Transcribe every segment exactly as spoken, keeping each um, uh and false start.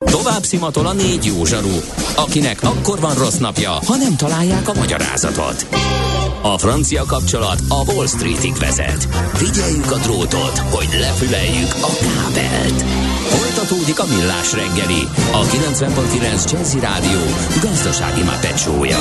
Tovább szimatol a négy jó zsaru, akinek akkor van rossz napja, ha nem találják a magyarázatot. A francia kapcsolat a Wall Streetig vezet. Figyeljük a drótot, hogy lefüleljük a kábelt. Folytatódik a Millás reggeli, a kilencven pont kilenc Jazzy Rádió gazdasági mápecsója.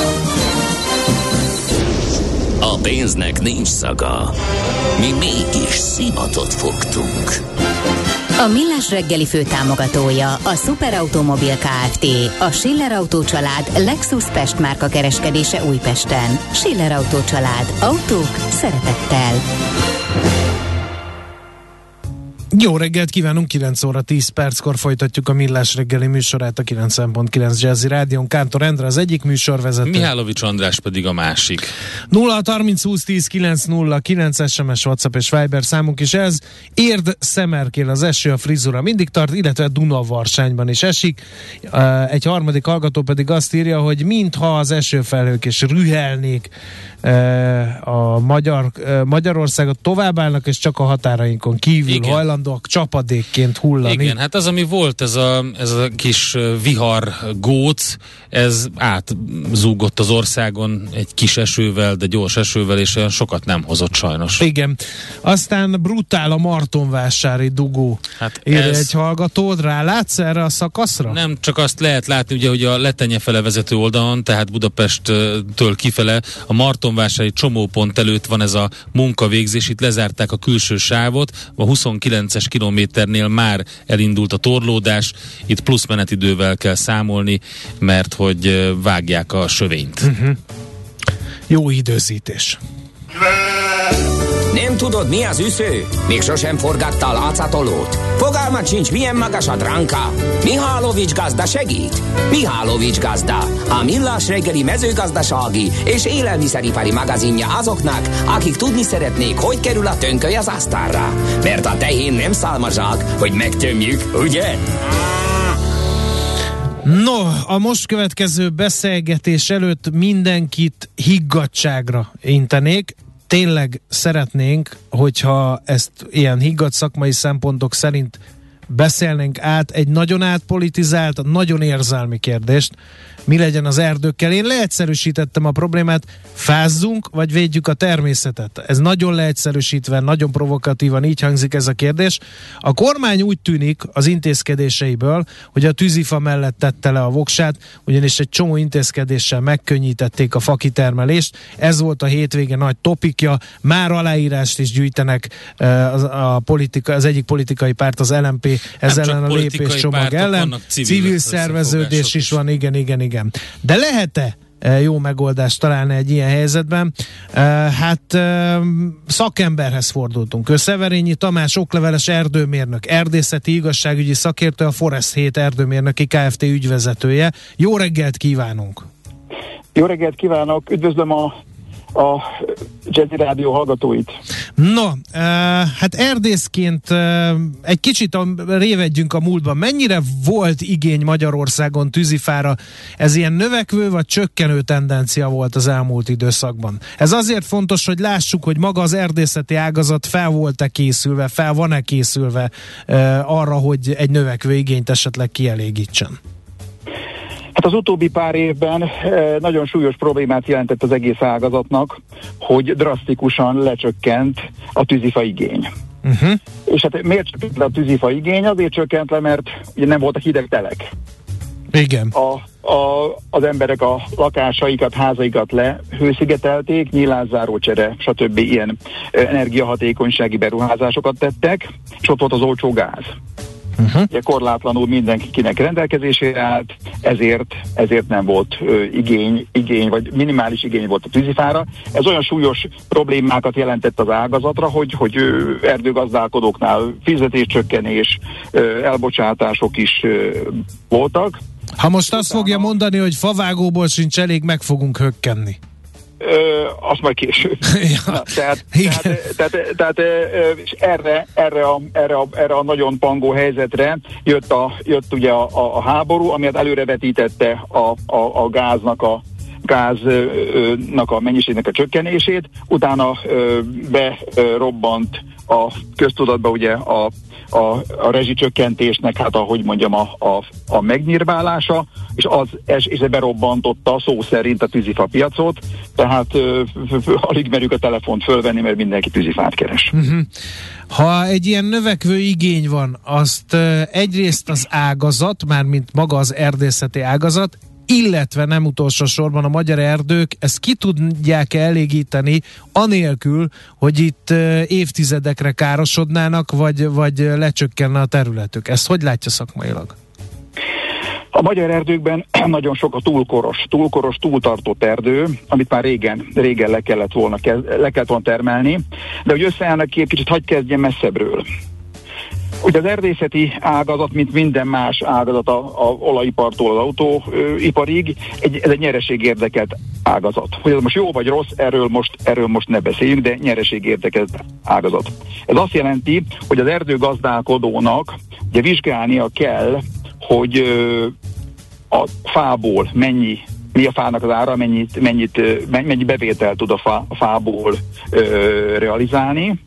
A pénznek nincs szaga. Mi mégis szimatot fogtunk. A Millás reggeli főtámogatója a Superautomobil Kft. A Schiller Autó család Lexus Pest márka kereskedése Újpesten. Schiller Autó család. Autók szeretettel. Jó reggelt kívánunk, kilenc óra tíz perckor folytatjuk a Millás reggeli műsorát a kilencven pont kilenc Jazzy Rádión. Kántor Endre az egyik műsorvezető. Mihálovics András pedig a másik. nulla hat harminc húsz tíz kilenc nulla kilenc es em es, WhatsApp és Viber számunk is ez. Érd Szemerkél az eső, a frizura mindig tart, illetve Dunavarsányban is esik. Egy harmadik hallgató pedig azt írja, hogy mintha az esőfelhők és rühelnék a Magyar, Magyarországot továbbállnak, és csak a határainkon kívül Igen. hajlandóak csapadékként hullani. Igen, hát az, ami volt, ez a, ez a kis vihar góc, ez átzúgott az országon egy kis esővel, de gyors esővel, és olyan sokat nem hozott sajnos. Igen. Aztán brutál a Martonvásári dugó. Hát ez... egy hallgatód, rálátsz erre a szakaszra? Nem, csak azt lehet látni, ugye, hogy a Letenye fele vezető oldalon, tehát Budapesttől kifele, a Martonvásári csomópont előtt van ez a munkavégzés, itt lezárták a külső sávot, a huszonkilences kilométernél már elindult a torlódás, itt plusz menetidővel kell számolni, mert hogy vágják a sövényt. Uh-huh. Jó időzítés. Nem tudod, mi az üsző? Még sosem forgattál átszatolót? Fogalmat sincs, milyen magas a dránka? Mihálovics gazda segít? Mihálovics gazda, a Millás reggeli mezőgazdasági és élelmiszeripari magazinja azoknak, akik tudni szeretnék, hogy kerül a tönköly az asztalra. Mert a tehén nem szálmazsák, hogy megtömjük, ugye? No, a most következő beszélgetés előtt mindenkit higgadtságra intenék. Tényleg szeretnénk, hogyha ezt ilyen higgadt szakmai szempontok szerint beszélnénk át egy nagyon átpolitizált, nagyon érzelmi kérdést. Mi legyen az erdőkkel? Én leegyszerűsítettem a problémát, fázzunk, vagy védjük a természetet? Ez nagyon leegyszerűsítve, nagyon provokatívan így hangzik ez a kérdés. A kormány úgy tűnik az intézkedéseiből, hogy a tűzifa mellett tette le a voksát, ugyanis egy csomó intézkedéssel megkönnyítették a fakitermelést. Ez volt a hétvége nagy topikja. Már aláírást is gyűjtenek a, a politika, az egyik politikai párt, az el em pé ez ellen a lépéscsomag ellen. Civil, civil szerveződés is van, igen, igen, igen. De lehet-e jó megoldást találni egy ilyen helyzetben? Hát szakemberhez fordultunk. Ő Szeverényi Tamás, okleveles erdőmérnök, erdészeti igazságügyi szakértő, a Forest hét erdőmérnöki Kft. Ügyvezetője. Jó reggelt kívánunk! Jó reggelt kívánok! Üdvözlöm a a Jazzy Rádió hallgatóit. No, uh, hát erdészként uh, egy kicsit a, révedjünk a múltban. Mennyire volt igény Magyarországon tűzifára? Ez ilyen növekvő vagy csökkenő tendencia volt az elmúlt időszakban? Ez azért fontos, hogy lássuk, hogy maga az erdészeti ágazat fel volt-e készülve, fel van-e készülve uh, arra, hogy egy növekvő igényt esetleg kielégítsen. Hát az utóbbi pár évben nagyon súlyos problémát jelentett az egész ágazatnak, hogy drasztikusan lecsökkent a tűzifa igény. Uh-huh. És hát miért csökkent le a tűzifa igény? Azért csökkent le, mert ugye nem voltak hideg telek. Igen. A, a, az emberek a lakásaikat, házaikat lehőszigetelték, nyílászárócsere, stb. Ilyen energiahatékonysági beruházásokat tettek, és ott volt az olcsó gáz. Uh-huh. Ugye korlátlanul mindenkinek rendelkezésére állt, ezért, ezért nem volt ö, igény, igény, vagy minimális igény volt a tűzifára. Ez olyan súlyos problémákat jelentett az ágazatra, hogy, hogy ö, erdőgazdálkodóknál fizetéscsökkenés, ö, elbocsátások is ö, voltak. Ha most azt fogja mondani, hogy favágóból sincs elég, meg fogunk hökkenni. Ö, azt majd később. Ja. Na, tehát, tehát, tehát, tehát és erre, erre, a, erre, a, erre a nagyon pangó helyzetre jött, a, jött ugye a, a, a háború, ami előrevetítette a, a, a gáznak a gáznak a mennyiségnek a csökkenését, utána berobbant a köztudatba ugye a a, a rezsicsökkentésnek, hát ahogy mondjam, a, a, a megnyírválása, és az és, és berobbantotta szó szerint a tűzifa piacot, tehát ö, ö, ö, alig merjük a telefont fölvenni, mert mindenki tűzifát keres. Uh-huh. Ha egy ilyen növekvő igény van, azt ö, egyrészt az ágazat, mármint maga az erdészeti ágazat, illetve nem utolsó sorban a magyar erdők ezt ki tudják elégíteni anélkül, hogy itt évtizedekre károsodnának, vagy, vagy lecsökkenne a területük. Ezt hogy látja szakmailag? A magyar erdőkben nagyon sok a túlkoros, túlkoros, túltartott erdő, amit már régen, régen le kellett volna, le kellett volna termelni, de hogy összeállnak ki, egy kicsit hadd kezdjen messzebbről. Ugye az erdészeti ágazat, mint minden más ágazat a, a olajipartól az autóiparig, egy, ez egy nyereségérdekelt ágazat. Hogy ez most jó vagy rossz, erről most, erről most ne beszéljünk, de nyereségérdekelt ágazat. Ez azt jelenti, hogy az erdőgazdálkodónak ugye vizsgálnia kell, hogy ö, a fából mennyi, mi a fának az ára, mennyit, mennyit, mennyi bevételt tud a, fá, a fából ö, realizálni.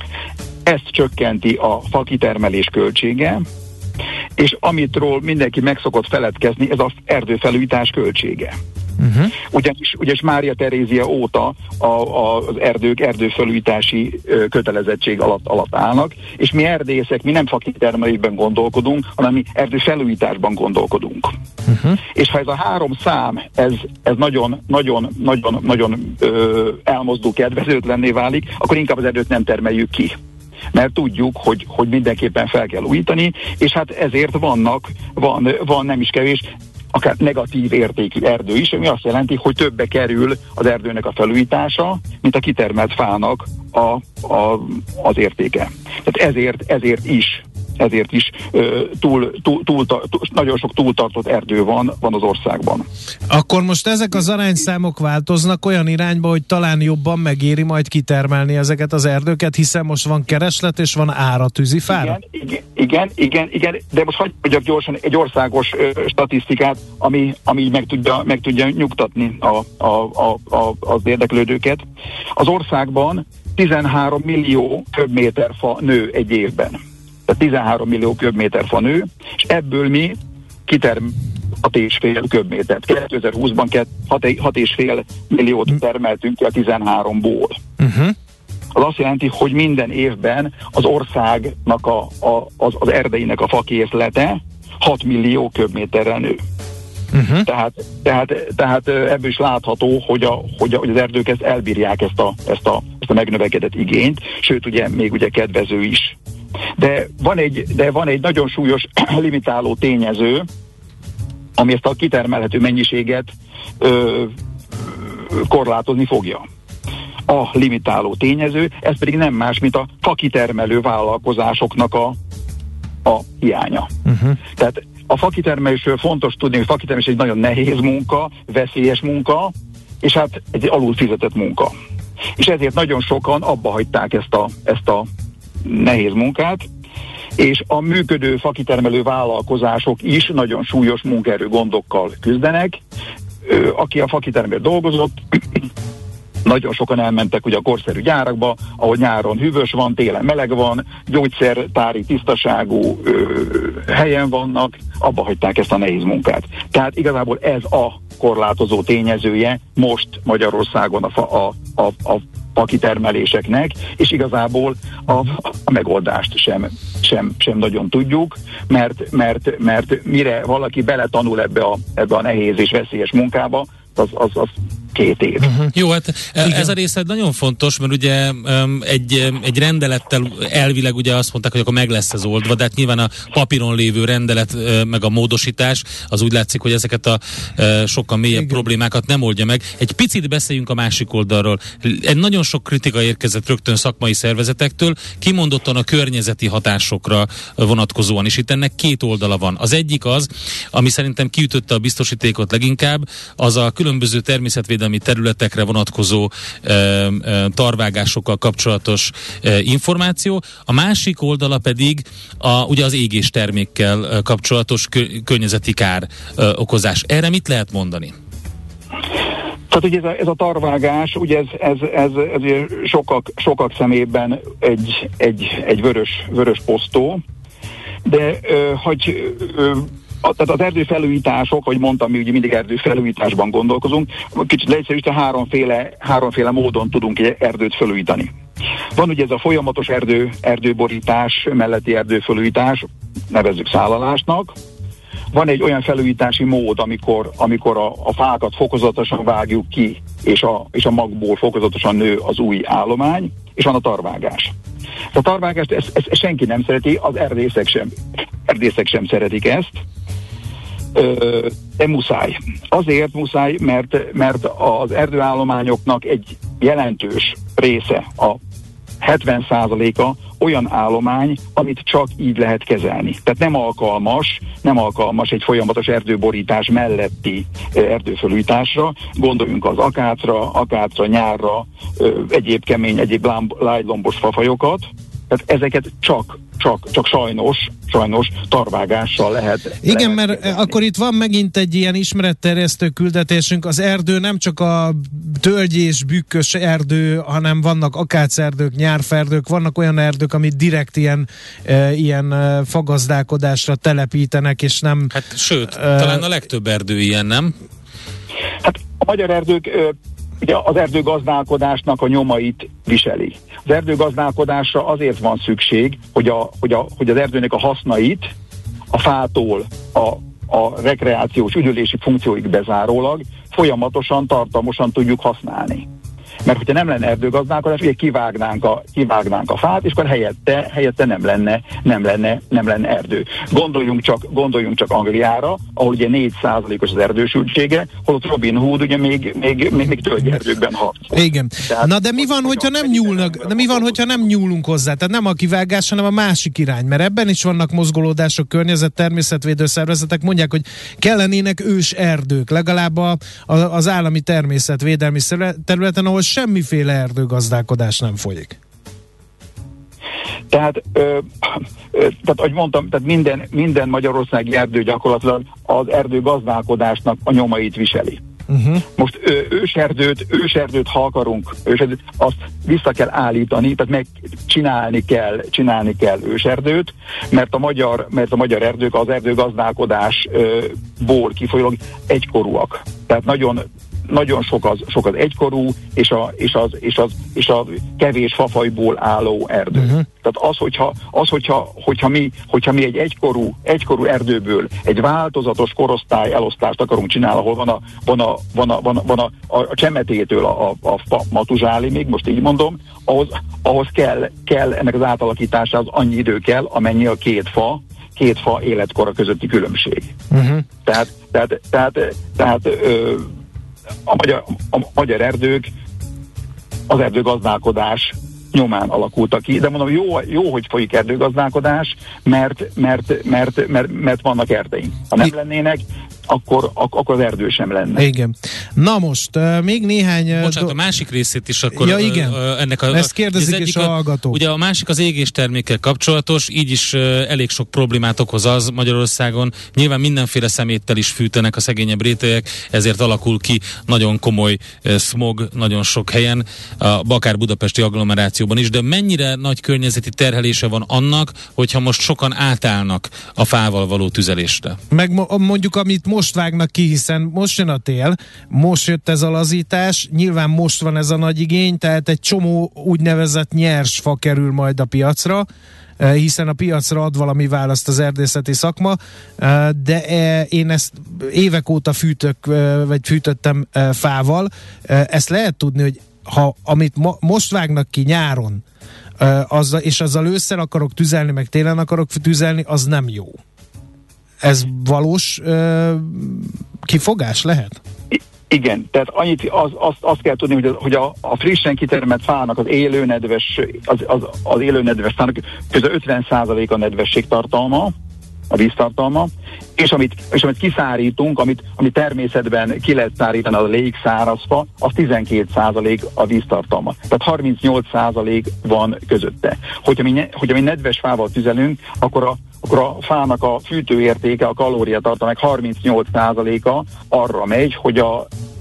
Ezt csökkenti a fakitermelés költsége, és amitről mindenki meg szokott feledkezni, ez az erdőfelújítás költsége. Uh-huh. Ugyanis, ugyanis Mária Terézia óta a, a, az erdők erdőfelújítási ö, kötelezettség alatt, alatt állnak, és mi erdészek, mi nem fakitermelésben gondolkodunk, hanem mi erdőfelújításban gondolkodunk. Uh-huh. És ha ez a három szám, ez, ez nagyon, nagyon, nagyon, nagyon ö, elmozdul, kedvezőtlenné válik, akkor inkább az erdőt nem termeljük ki. Mert tudjuk, hogy, hogy mindenképpen fel kell újítani, és hát ezért vannak, van, van nem is kevés, akár negatív értékű erdő is, ami azt jelenti, hogy többe kerül az erdőnek a felújítása, mint a kitermelt fának a, a, az értéke. Tehát ezért, ezért is ezért is ö, túl, túl, túl, túl, nagyon sok túltartott erdő van, van az országban. Akkor most ezek az arányszámok változnak olyan irányba, hogy talán jobban megéri majd kitermelni ezeket az erdőket, hiszen most van kereslet és van ára tűzifára? Igen, igen, igen, igen, de most hagyj mondjak gyorsan egy országos ö, statisztikát, ami, ami meg, tudja, meg tudja nyugtatni a, a, a, a, az érdeklődőket. Az országban tizenhárom millió köbméter fa nő egy évben. Tehát tizenhárom millió köbméter fa nő, és ebből mi kitermelünk hat és fél köbmétert. kétezer-húszban hat és fél milliót termeltünk ki a tizenháromból. Uh-huh. Az azt jelenti, hogy minden évben az országnak a, a, az, az erdeinek a fakészlete hat millió köbméterrel nő. Uh-huh. Tehát, tehát, tehát ebből is látható, hogy, a, hogy, a, hogy az erdők ezt elbírják ezt a, ezt, a, ezt a megnövekedett igényt, sőt ugye még ugye kedvező is. De van egy, de van egy nagyon súlyos limitáló tényező, ami ezt a kitermelhető mennyiséget ö, korlátozni fogja. A limitáló tényező, ez pedig nem más, mint a fakitermelő vállalkozásoknak a, a hiánya. Uh-huh. Tehát a fakitermelésről fontos tudni, hogy fakitermelés egy nagyon nehéz munka, veszélyes munka, és hát egy alul fizetett munka. És ezért nagyon sokan abba hagyták ezt a, ezt a nehéz munkát, és a működő fakitermelő vállalkozások is nagyon súlyos munkaerő gondokkal küzdenek. Ö, aki a fakitermelő dolgozott, nagyon sokan elmentek ugye a korszerű gyárakba, ahol nyáron hűvös van, télen meleg van, gyógyszertári tisztaságú ö, helyen vannak, abba hagyták ezt a nehéz munkát. Tehát igazából ez a korlátozó tényezője most Magyarországon a, fa, a, a, a fakitermeléseknek, és igazából a, a megoldást sem, sem, sem nagyon tudjuk, mert, mert, mert mire valaki beletanul ebbe a, ebbe a nehéz és veszélyes munkába, az, az, az két év. Uh-huh. Jó, hát igen. Ez a része nagyon fontos, mert ugye um, egy, egy rendelettel elvileg ugye azt mondták, hogy akkor meg lesz ez oldva, de hát nyilván a papíron lévő rendelet uh, meg a módosítás, az úgy látszik, hogy ezeket a uh, sokkal mélyebb igen. problémákat nem oldja meg. Egy picit beszéljünk a másik oldalról. Egy nagyon sok kritika érkezett rögtön szakmai szervezetektől, kimondottan a környezeti hatásokra vonatkozóan, és itt ennek két oldala van. Az egyik az, ami szerintem kiütötte a biztosítékot leginkább, az a különböző természetvédelmi területekre vonatkozó e, e, tarvágásokkal kapcsolatos e, információ. A másik oldala pedig a, ugye az égés termékkel kapcsolatos kö, környezeti kár e, okozás. Erre mit lehet mondani? Tehát ugye ez a, ez a tarvágás, ugye ez, ez, ez, ez sokak, sokak szemében egy, egy, egy vörös, vörös posztó, de ö, hogy ö, a, tehát az erdőfelújítások, ahogy mondtam, mi ugye mindig erdőfelújításban gondolkozunk, kicsit leegyszerűsítve háromféle, háromféle módon tudunk erdőt felújítani. Van ugye ez a folyamatos erdő, erdőborítás melletti erdőfelújítás, nevezzük szállalásnak. Van egy olyan felújítási mód, amikor, amikor a, a fákat fokozatosan vágjuk ki, és a, és a magból fokozatosan nő az új állomány, és van a tarvágás. A tarvágást ezt, ezt senki nem szereti, az erdészek sem, erdészek sem szeretik ezt, de muszáj. Azért muszáj, mert, mert az erdőállományoknak egy jelentős része, a hetven százaléka olyan állomány, amit csak így lehet kezelni. Tehát nem alkalmas, nem alkalmas egy folyamatos erdőborítás melletti erdőfelújításra. Gondoljunk az akácra, akácra, nyárra, egyéb kemény, egyéb lágylombos fafajokat. Tehát ezeket csak, csak, csak sajnos, sajnos tarvágással lehet. Igen, lehet mert kezelni. Akkor itt van megint egy ilyen ismeretterjesztő küldetésünk. Az erdő nem csak a tölgyés, bükkös erdő, hanem vannak akácerdők, nyárferdők, vannak olyan erdők, amit direkt ilyen, e, ilyen e, fagazdálkodásra telepítenek, és nem... Hát sőt, e, talán a legtöbb erdő ilyen, nem? Hát a magyar erdők... E, ugye az erdőgazdálkodásnak a nyomait viseli. Az erdőgazdálkodásra azért van szükség, hogy, a, hogy, a, hogy az erdőnek a hasznait a fától a, a rekreációs üdülési funkcióig bezárólag folyamatosan, tartalmasan tudjuk használni. Mert hogyha nem lenne erdőgazdálkodás, ugye kivágnánk a, kivágnánk a fát, és akkor helyette, helyette nem lenne, nem lenne, nem lenne erdő. Gondoljunk csak, gondoljunk csak Angliára, ahol ugye négy százalékos az erdősültsége, holott Robin Hood ugye még, még, még, még tölgyerdőkben harcol. Igen. Tehát, Na de mi van, hogyha nem nyúlnak, de mi van, hogyha nem nyúlunk hozzá? Tehát nem a kivágás, hanem a másik irány, mert ebben is vannak mozgolódások, környezet, természetvédő szervezetek mondják, hogy kellenének ős erdők, legalább a, a, az állami természetvédelmi területen, ahol semmiféle erdőgazdálkodás nem folyik. Tehát, ö, ö, tehát ahogy mondtam, tehát minden, minden magyarországi erdő gyakorlatilag az erdőgazdálkodásnak a nyomait viseli. Uh-huh. Most ö, őserdőt, őserdőt, ha akarunk, őserdőt, azt vissza kell állítani, tehát meg csinálni kell, csinálni kell őserdőt, mert a magyar, mert a magyar erdők az erdőgazdálkodásból kifolyólag egykorúak. Tehát nagyon Nagyon sok az, sok az egykorú, és, a, és, az, és, az, és a kevés fafajból álló erdő. Uh-huh. Tehát az, hogyha, az hogyha, hogyha, mi, hogyha mi egy egykorú, egykorú erdőből egy változatos korosztály elosztást akarunk csinálni, ahol van a, van a, van a, van a, van a, a, a csemetétől a, a, a matuzsálimig, most így mondom, ahhoz, ahhoz kell, kell ennek az átalakításához annyi idő kell, amennyi a két fa, két fa életkora közötti különbség. Uh-huh. Tehát, tehát, tehát, tehát ö, A magyar, a magyar erdők az erdőgazdálkodás nyomán alakultak ki, de mondom, jó, jó hogy folyik erdőgazdálkodás, mert, mert, mert, mert, mert vannak erdeink. Ha nem lennének, akkor, akkor az erdő sem lenne. Igen. Na most, uh, még néhány... Bocsánat, do- a másik részét is akkor... Ja, igen. Uh, ennek a, ezt kérdezik is a hallgatók. Ugye a másik az égéstermékkel kapcsolatos, így is uh, elég sok problémát okoz az Magyarországon. Nyilván mindenféle szeméttel is fűtenek a szegényebb rétegek, ezért alakul ki nagyon komoly uh, smog nagyon sok helyen, uh, akár budapesti agglomerációban is, de mennyire nagy környezeti terhelése van annak, hogyha most sokan átállnak a fával való tüzelésre? Meg mondjuk, amit most vágnak ki, hiszen most jön a tél, most jött ez a lazítás, nyilván most van ez a nagy igény, tehát egy csomó úgynevezett nyers fa kerül majd a piacra, hiszen a piacra ad valami választ az erdészeti szakma, de én ezt évek óta fűtök, vagy fűtöttem fával. Ezt lehet tudni, hogy ha amit ma, most vágnak ki nyáron, azzal, és azzal ősszel akarok tüzelni, meg télen akarok tüzelni, az nem jó. Ez valós ö, kifogás lehet? I- igen, tehát annyit, az, azt, azt kell tudni, hogy, a, hogy a, a frissen kitermelt fának, az élő nedves, az, az, az élő nedves fának közel ötven százalék a nedvességtartalma, a víztartalma, és amit, és amit kiszárítunk, amit, amit természetben ki lehet szárítani, az a légszárazfa, az tizenkét százalék a víztartalma. Tehát harmincnyolc százalék van közötte. Hogyha mi, hogyha mi nedves fával tüzelünk, akkor a, akkor a fának a fűtőértéke, a kalóriatartalma harmincnyolc százaléka arra megy, hogy a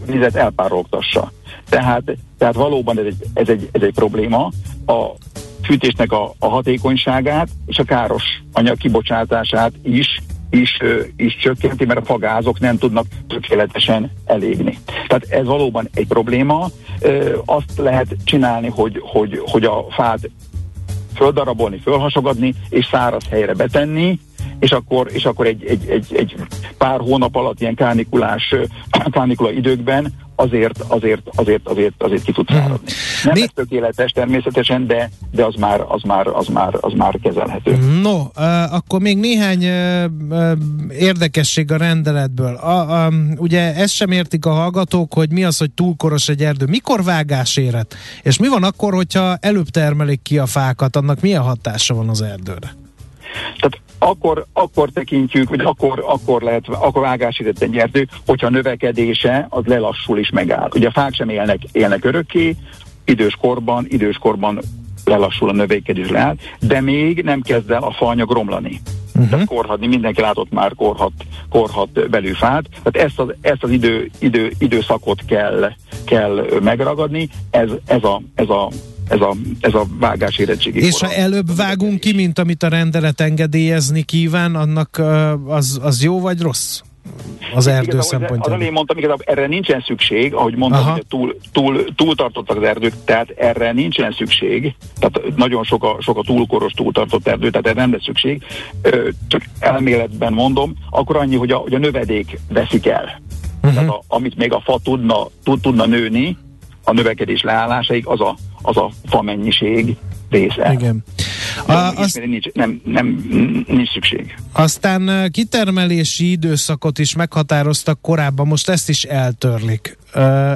vizet elpárologtassa. Tehát, tehát valóban ez egy, ez, egy, ez egy probléma. A fűtésnek a, a hatékonyságát és a káros anyag kibocsátását is, is, is csökkenti, mert a fagázok nem tudnak tökéletesen elégni. Tehát ez valóban egy probléma. Azt lehet csinálni, hogy, hogy, hogy a fát földarabolni, fölhasogatni, és száraz helyre betenni, és akkor, és akkor egy, egy, egy, egy pár hónap alatt ilyen kánikulás, kánikula időkben azért, azért, azért, azért, azért ki tud száradni. Nem Mi? Ez tökéletes természetesen, de, de az már, az már, az már, az már kezelhető. No, uh, akkor még néhány uh, uh, érdekesség a rendeletből. A, uh, ugye ezt sem értik a hallgatók, hogy mi az, hogy túlkoros egy erdő. Mikor vágás érhet? És mi van akkor, hogyha előbb termelik ki a fákat, annak milyen hatása van az erdőre? Tehát akkor, akkor tekintjük, vagy akkor, akkor lehet, akkor vágásérett egy erdő, hogyha a növekedése az lelassul és megáll. Ugye a fák sem élnek, élnek örökké, időskorban, időskorban lelassul a növekedés leáll, de még nem kezd el a faanyag romlani. Uh-huh. Tehát korhadni, mindenki látott már korhat, korhat belőfát, tehát ezt az, ezt az idő, idő, időszakot kell, kell megragadni, ez, ez a, ez a Ez a, ez a vágás érettségi. És ha előbb vágunk ki, mint amit a rendelet engedélyezni kíván, annak az, az jó vagy rossz? Az erdő szempontjából. Az elég mondtam, igazából erre nincsen szükség, ahogy mondtam, hogy túl, túl, túltartottak az erdők, tehát erre nincsen szükség, tehát nagyon sok a, sok a túlkoros, túltartott erdő, tehát erre nem lesz szükség, csak elméletben mondom, akkor annyi, hogy a, hogy a növedék veszik el. Uh-huh. Tehát a, amit még a fa tudna, tud, tudna nőni, a növekedés leállásaig, az a, az a fa mennyiség része. Igen. A, az... nincs, nem, nem, nincs szükség. Aztán kitermelési időszakot is meghatároztak korábban, most ezt is eltörlik. Uh,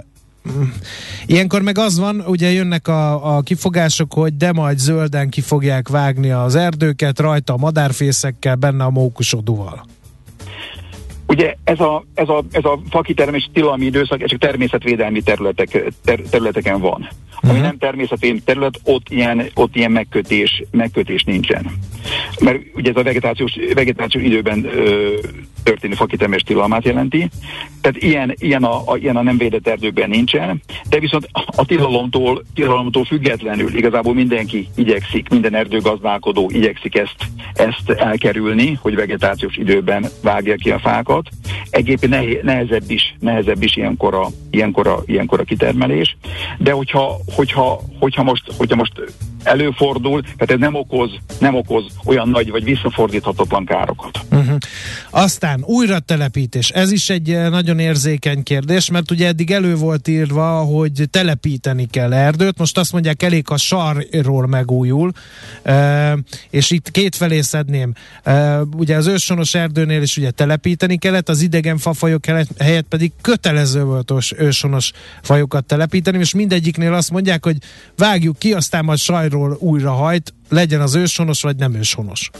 ilyenkor meg az van, ugye jönnek a, a kifogások, hogy de majd zölden ki fogják vágni az erdőket, rajta a madárfészekkel, benne a mókusodúval. Ugye ez a, ez a, ez a fakitermés tilalmi időszak, ez csak természetvédelmi területek, ter, területeken van. Ami uh-huh. nem természetvédelmi terület, ott ilyen, ott ilyen megkötés, megkötés nincsen. Mert ugye ez a vegetációs, vegetációs időben ö, történő fakitermés tilalmát jelenti. Tehát ilyen, ilyen, a, a, ilyen a nem védett erdőkben nincsen, de viszont a tilalomtól, tilalomtól függetlenül igazából mindenki igyekszik, minden erdőgazdálkodó igyekszik ezt, ezt elkerülni, hogy vegetációs időben vágja ki a fákat. Egyébként nehezebb is, nehezebb is ilyenkor a, ilyenkor a, ilyenkor a kitermelés, de hogyha, hogyha, hogyha, most, hogyha most előfordul, tehát ez nem okoz, nem okoz olyan nagy vagy visszafordíthatatlan károkat. Uh-huh. Aztán újratelepítés. Ez is egy nagyon érzékeny kérdés, mert ugye eddig elő volt írva, hogy telepíteni kell erdőt, most azt mondják, elég, ha sarról megújul, uh, és itt kétfelé szedném. Uh, ugye az őshonos erdőnél is ugye telepíteni kellett, az idegen fafajok helyett pedig kötelező volt őshonos fajokat telepíteni, és mindegyiknél azt mondják, hogy vágjuk ki, aztán majd sajról újra hajt, legyen az őshonos vagy nem őshonos.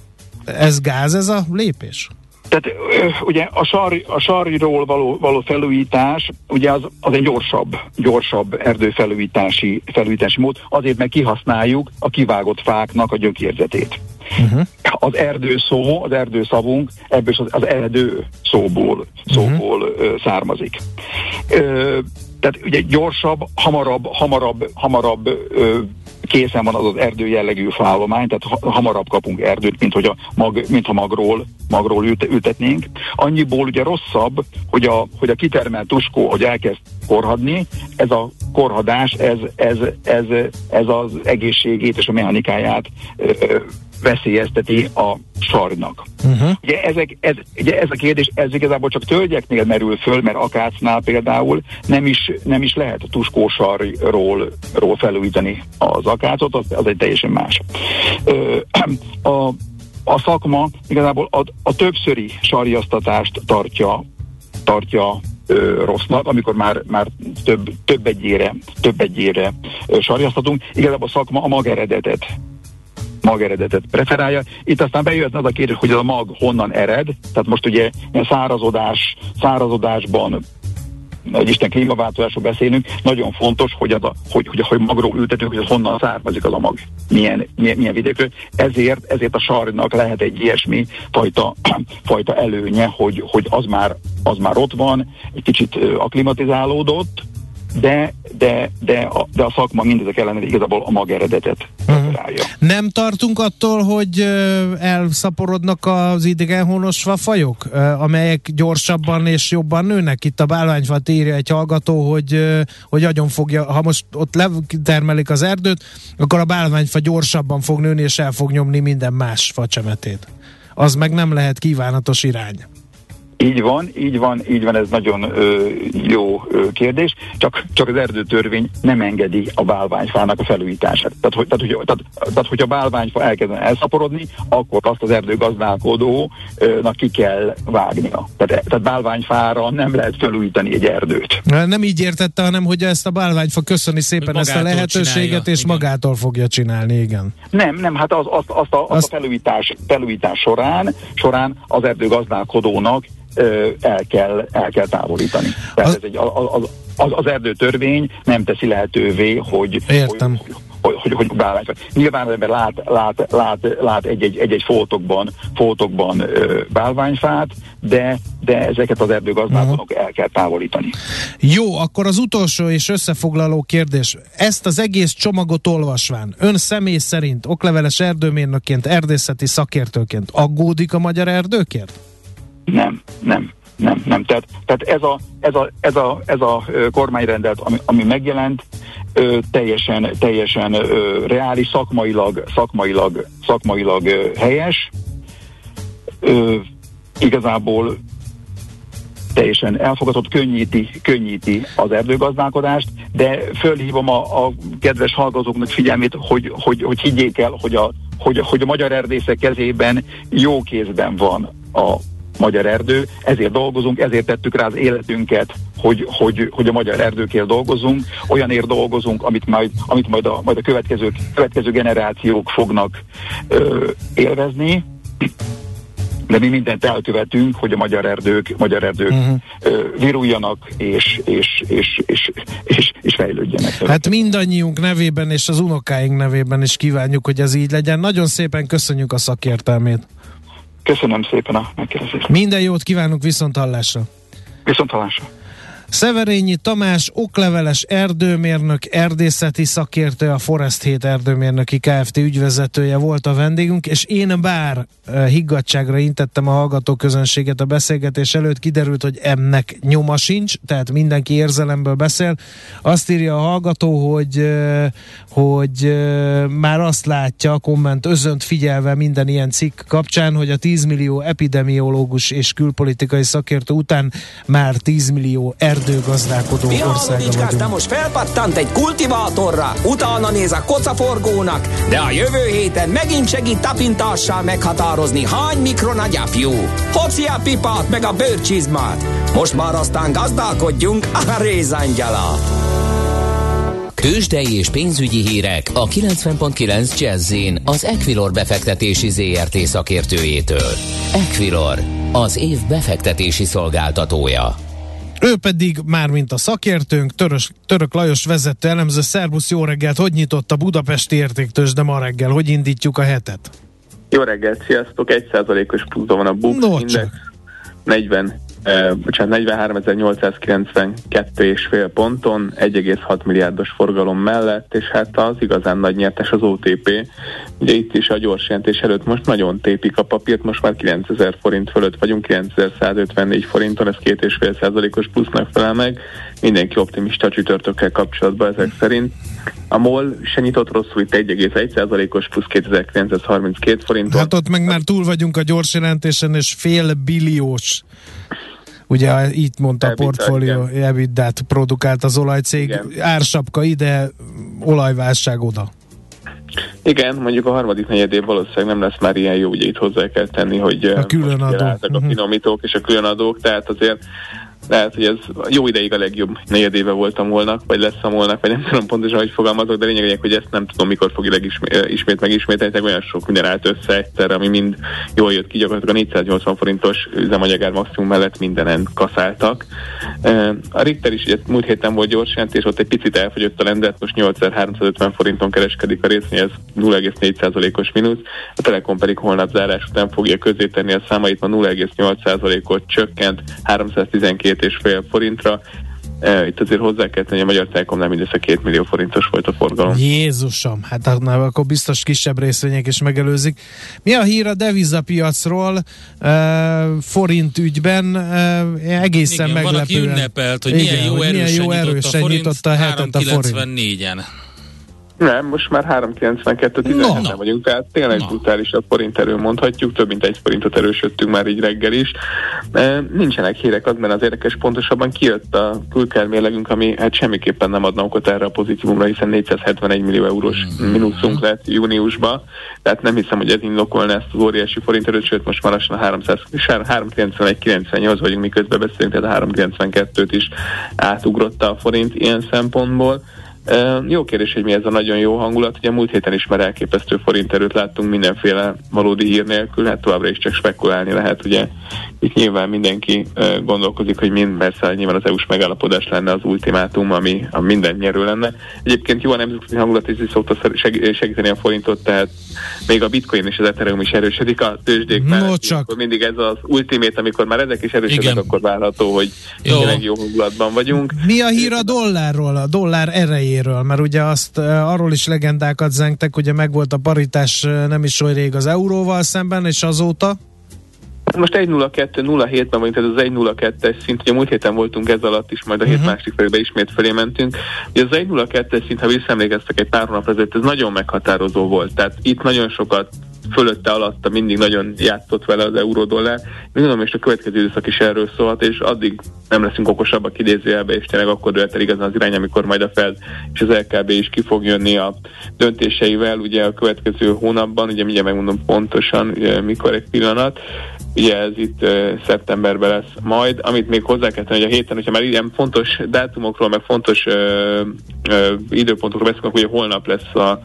Ez gáz, ez a lépés? Tehát ugye a, sar, a sarriról való, való felújítás, ugye az, az egy gyorsabb, gyorsabb erdőfelújítási felújítási mód, azért meg kihasználjuk a kivágott fáknak a gyökérzetét. Uh-huh. Az erdő szó, az erdőszavunk ebből az, az erdő szóból, szóból uh-huh. ö, származik. Ö, tehát ugye gyorsabb, hamarabb, hamarabb, hamarabb ö, készen van az az erdő jellegű faállomány, tehát ha, hamarabb kapunk erdőt, mint hogy a mag, mint ha magról, magról ülte, ültetnénk. Annyiból ugye rosszabb, hogy a, hogy a kitermelt tuskó, hogy elkezd korhadni, ez a korhadás, ez, ez, ez, ez az egészségét és a mechanikáját ö, ö, veszélyezteti a sarnak. Uh-huh. Ugye, ezek, ez, ugye ez a kérdés, ez igazából csak tölgyeknél merül föl, mert akácnál például nem is, nem is lehet a tuskósarról ról felújítani az akácot, az, az egy teljesen más. Ö, a, a szakma igazából a, a többszöri sarjasztatást tartja, tartja ö, rossznak, amikor már, már több, több egyére, több egyére ö, sarjasztatunk. Igazából a szakma a mageredetet mageredetet preferálja. Itt aztán bejöhetne az a kérdés, hogy ez a mag honnan ered, tehát most ugye ilyen szárazodás, szárazodásban, hogy Isten klímaváltozásról beszélünk, nagyon fontos, hogy, az a, hogy, hogy, hogy magról ültetünk, hogy az honnan származik az a mag, milyen, milyen, milyen vidékről. Ezért, ezért a sarnak lehet egy ilyesmi fajta, fajta előnye, hogy, hogy az már az már ott van, egy kicsit akklimatizálódott, de, de, de, a, de a szakma mindezek ellenére igazából a mageredetet preferálja. Uh-huh. Nem tartunk attól, hogy elszaporodnak az idegenhonos fajok, amelyek gyorsabban és jobban nőnek? Itt a bálványfát írja egy hallgató, hogy, hogy agyon fogja, ha most ott letermelik az erdőt, akkor a bálványfa gyorsabban fog nőni, és el fog nyomni minden más facsemetét. Az meg nem lehet kívánatos irány. Így van, így van, így van, ez nagyon ö, jó ö, kérdés, csak, csak az erdőtörvény nem engedi a bálványfának a felújítását. Tehát, hogy, tehát, hogy, tehát, tehát hogy a bálványfa elkezdene elszaporodni, akkor azt az erdőgazdálkodónak ki kell vágnia. Tehát, tehát bálványfára nem lehet felújítani egy erdőt. Nem így értette, hanem hogy ezt a bálványfa köszöni szépen ezt a lehetőséget, csinálja, és igen. magától fogja csinálni, igen. Nem, nem, hát az, azt, azt, a, azt, azt a felújítás, felújítás során, során az erdőgazdálkodónak el kell, el kell távolítani. Tehát az, ez egy, az, az, az erdőtörvény nem teszi lehetővé, hogy értem. hogy, hogy, hogy bálványfa. Nyilván az ember lát, lát, lát, lát egy-egy, egy-egy foltokban, foltokban ö, bálványfát, de, de ezeket az erdőgazdálkodók uh-huh. el kell távolítani. Jó, akkor az utolsó és összefoglaló kérdés. Ezt az egész csomagot olvasván, ön személy szerint okleveles erdőmérnökként, erdészeti szakértőként aggódik a magyar erdőkért? Nem, nem, nem, nem. Tehát, tehát ez a, ez a, ez a, ez a kormányrendelet, ami, ami megjelent, ö, teljesen, teljesen ö, reális, szakmailag, szakmailag, szakmailag ö, helyes. Ö, igazából teljesen elfogadott, könnyíti, könnyíti az erdőgazdálkodást, de fölhívom a, a kedves hallgatóknak figyelmét, hogy, hogy, hogy higgyék el, hogy a, hogy, hogy a magyar erdészek kezében jó kézben van a magyar erdő, ezért dolgozunk, ezért tettük rá az életünket, hogy, hogy, hogy a magyar erdőkért dolgozunk, olyanért dolgozunk, amit majd, amit majd, a, majd a következő, következő generációk fognak ö, élvezni, de mi mindent elkövetünk, hogy a magyar erdők, magyar erdők uh-huh. ö, viruljanak és, és, és, és, és, és fejlődjenek. Hát mindannyiunk nevében és az unokáink nevében is kívánjuk, hogy ez így legyen. Nagyon szépen köszönjük a szakértelmét. Köszönöm szépen a megkérdezést. Minden jót kívánunk, viszont hallásra. Viszont hallásra. Szeverényi Tamás, okleveles erdőmérnök, erdészeti szakértő, a Forest hét erdőmérnöki Kft. Ügyvezetője volt a vendégünk, és én bár uh, higgadtságra intettem a hallgatóközönséget a beszélgetés előtt, kiderült, hogy ennek nyoma sincs, tehát mindenki érzelemből beszél. Azt írja a hallgató, hogy, uh, hogy uh, már azt látja, a komment özönt figyelve minden ilyen cikk kapcsán, hogy a tíz millió epidemiológus és külpolitikai szakértő után már tíz millió erdőgazdálkodó országa vagyunk. De most felpattant egy kultivátorra, utána néz a kocaforgónak, de a jövő héten megint segít tapintással meghatározni, hány mikron a gyapjú. Hoci a pipát meg a bőrcsizmát. Most már aztán gazdálkodjunk a rézangyala. Tőzsdei és pénzügyi hírek a kilencven pont kilenc Jazz-in az Equilor befektetési zé er té szakértőjétől. Equilor, az év befektetési szolgáltatója. Ő pedig már mint a szakértőnk, Törös, Török Lajos vezető elemző. Szerbusz, jó reggelt! Hogy nyitott a budapesti értéktőzsde ma reggel? Hogy indítjuk a hetet? Jó reggelt, sziasztok! egy százalékos pluszban van a Bux no, Index, negyven, eh, bocsánat, negyvenháromezer-nyolcszázkilencvenkettő egész öt ponton, egy egész hat milliárdos forgalom mellett, és hát az igazán nagy nyertes az o té pé. Ugye itt is a gyors jelentés előtt most nagyon tépik a papírt, most már kilencezer forint fölött vagyunk, kilencezerszázötvennégy forinton, ez két egész öt százalékos plusznak felel meg. Mindenki optimista csütörtökkel kapcsolatban ezek szerint. A MOL se nyitott rosszul, itt egy egész egy százalékos plusz kétezer-kilencszázharminckét forinton. Hát ott meg már túl vagyunk a gyors jelentésen, és fél billiós, ugye így mondta a portfólió, ebitdát produkált az olajcég. Igen. Ársapka ide, olajválság oda. Igen, mondjuk a harmadik negyedév valószínűleg nem lesz már ilyen jó, ugye itt hozzá kell tenni, hogy a különadók, a finomítók és a különadók, tehát azért lehet, hogy ez jó ideig a legjobb negyedéve volt a MOL-nak, vagy lesz a MOL-nak, vagy nem tudom pontosan, hogy fogalmazok, de lényeg, hogy ezt nem tudom, mikor fogja legismét, ismét megismételni, olyan sok minden állt össze egyszerre, ami mind jól jött ki, gyakorlatilag a négyszáznyolcvan forintos üzemanyagár maximum mellett mindenen kaszáltak. A Richter is ugye múlt héten volt gyors jelentés, ott egy picit elfogyott a lendület, most nyolcezer-háromszázötven forinton kereskedik a részvény, ez nulla egész négy százalékos mínusz. A Telekom pedig holnap zárás után fogja közzétenni a számait, ma nulla egész nyolc százalékot csökkent háromszáztizenkét egész öt forintra. Itt azért hozzá kell tenni, a Magyar Telekomnál mindössze két millió forintos volt a forgalom. Jézusom, hát akkor biztos kisebb részvények is megelőzik. Mi a hír a devizapiacról uh, forint ügyben? Uh, egészen igen, meglepően. Van, aki ünnepelt, hogy milyen igen, jó hogy erősen, jó erősen nyitott a forint, hetet a forint. háromszázkilencvennégyen. Nem, most már három kilencvenkettő tizenheten no. vagyunk, tehát tényleg no. brutális a forint erő, mondhatjuk, több mint egy forintot erősödtünk már így reggel is. E, nincsenek hírek, az benne az érdekes, pontosabban kijött a külkármérlegünk, ami hát semmiképpen nem adna okot erre a pozitívumra, hiszen négyszázhetvenegy millió eurós mm-hmm. mínuszunk lett júniusban, tehát nem hiszem, hogy ez indokolna ezt az óriási forint erőt, sőt most már lassan a háromszáz, három kilencvenegy kilencvennyolc vagyunk, miközben beszélünk, tehát a három kilencvenkettőt is átugrotta a forint ilyen szempontból. Uh, jó kérdés, hogy mi ez a nagyon jó hangulat. Ugye múlt héten is már elképesztő forinterőt láttunk mindenféle valódi hír nélkül, hát továbbra is csak spekulálni lehet. Ugye itt nyilván mindenki uh, gondolkozik, hogy mind, persze nyilván az é u-s megállapodás lenne az ultimátum, ami a minden nyerő lenne. Egyébként jó a nemzetközi hangulat is szokta segíteni a forintot, tehát még a bitcoin és az ethereum is erősödik a tőzsdéknál. No, csak. Mindig ez az ultimate, amikor már ezek is erősödnek, igen. Akkor várható, hogy jó. Tényleg jó hangulatban vagyunk. Mi a hír a dollárról, a dollár erejéről? Mert ugye azt uh, arról is legendákat zengtek, ugye megvolt a paritás uh, nem is olyan rég az euróval szemben, és azóta? Most egy nulla kettő nulla hétben vagyunk, tehát az egy nulla kettes szint, ugye múlt héten voltunk ez alatt is, majd a hét uh-huh. másik felében ismét felé mentünk. Ugye az egy nulla kettes szint, ha visszaemlékeztek egy pár hónap ezelőtt, ez nagyon meghatározó volt, tehát itt nagyon sokat fölötte, alatta mindig nagyon játszott vele az euró-dollár. Gondolom, és a következő időszak is erről szólhat, és addig nem leszünk okosabbak idézőjelbe, és tényleg akkor dölt el igazán az irány, amikor majd a Fed és az el ká bé is ki fog jönni a döntéseivel, ugye a következő hónapban, ugye mindjárt megmondom pontosan, ugye, mikor egy pillanat, ugye ez itt uh, szeptemberben lesz majd, amit még hozzá kell tenni, hogy a héten, hogyha már ilyen fontos dátumokról, meg fontos uh, uh, időpontokról beszélünk, ugye holnap lesz a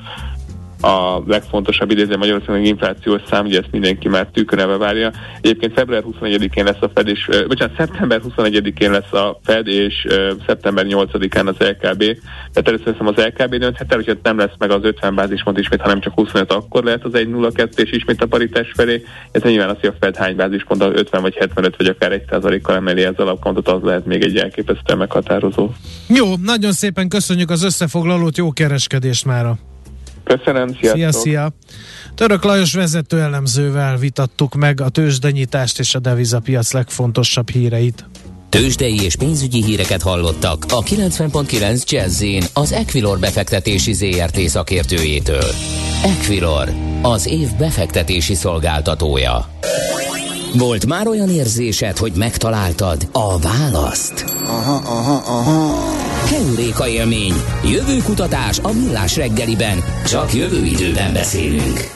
a legfontosabb idéző Magyarországon inflációs szám, ugye ezt mindenki már tűkönelve várja. Egyébként február huszonegyedikén lesz a Fed, és, uh, bocsánat, szeptember huszonegyedikén lesz a Fed, és uh, szeptember nyolcadikán az el ká bé. Tehát először hiszem az el ká bé dönthet el, hogyha nem lesz meg az ötven bázispont ismét, hanem csak huszonöt, akkor lehet az egy nulla kettő és ismét a paritás felé. Ez nyilván az, hogy a Fed hány bázispont, ötven vagy hetvenöt, vagy akár egy százalékkal emeli az alapkamatot, az lehet még egy elképesztően meghatározó. Jó, nagyon szépen köszönjük az összefoglalót, jó kereskedést mára! Köszönöm, sziasztok! Szia, szia! Török Lajos vezető elemzővel vitattuk meg a tőzsdenyitást és a devizapiac legfontosabb híreit. Tőzsdei és pénzügyi híreket hallottak a kilencven pont kilenc Jazz-in az Equilor befektetési zé er té szakértőjétől. Equilor, az év befektetési szolgáltatója. Volt már olyan érzésed, hogy megtaláltad a választ? Aha, aha, aha. Heuréka élmény, jövőkutatás a Millás reggeliben, csak jövő időben beszélünk.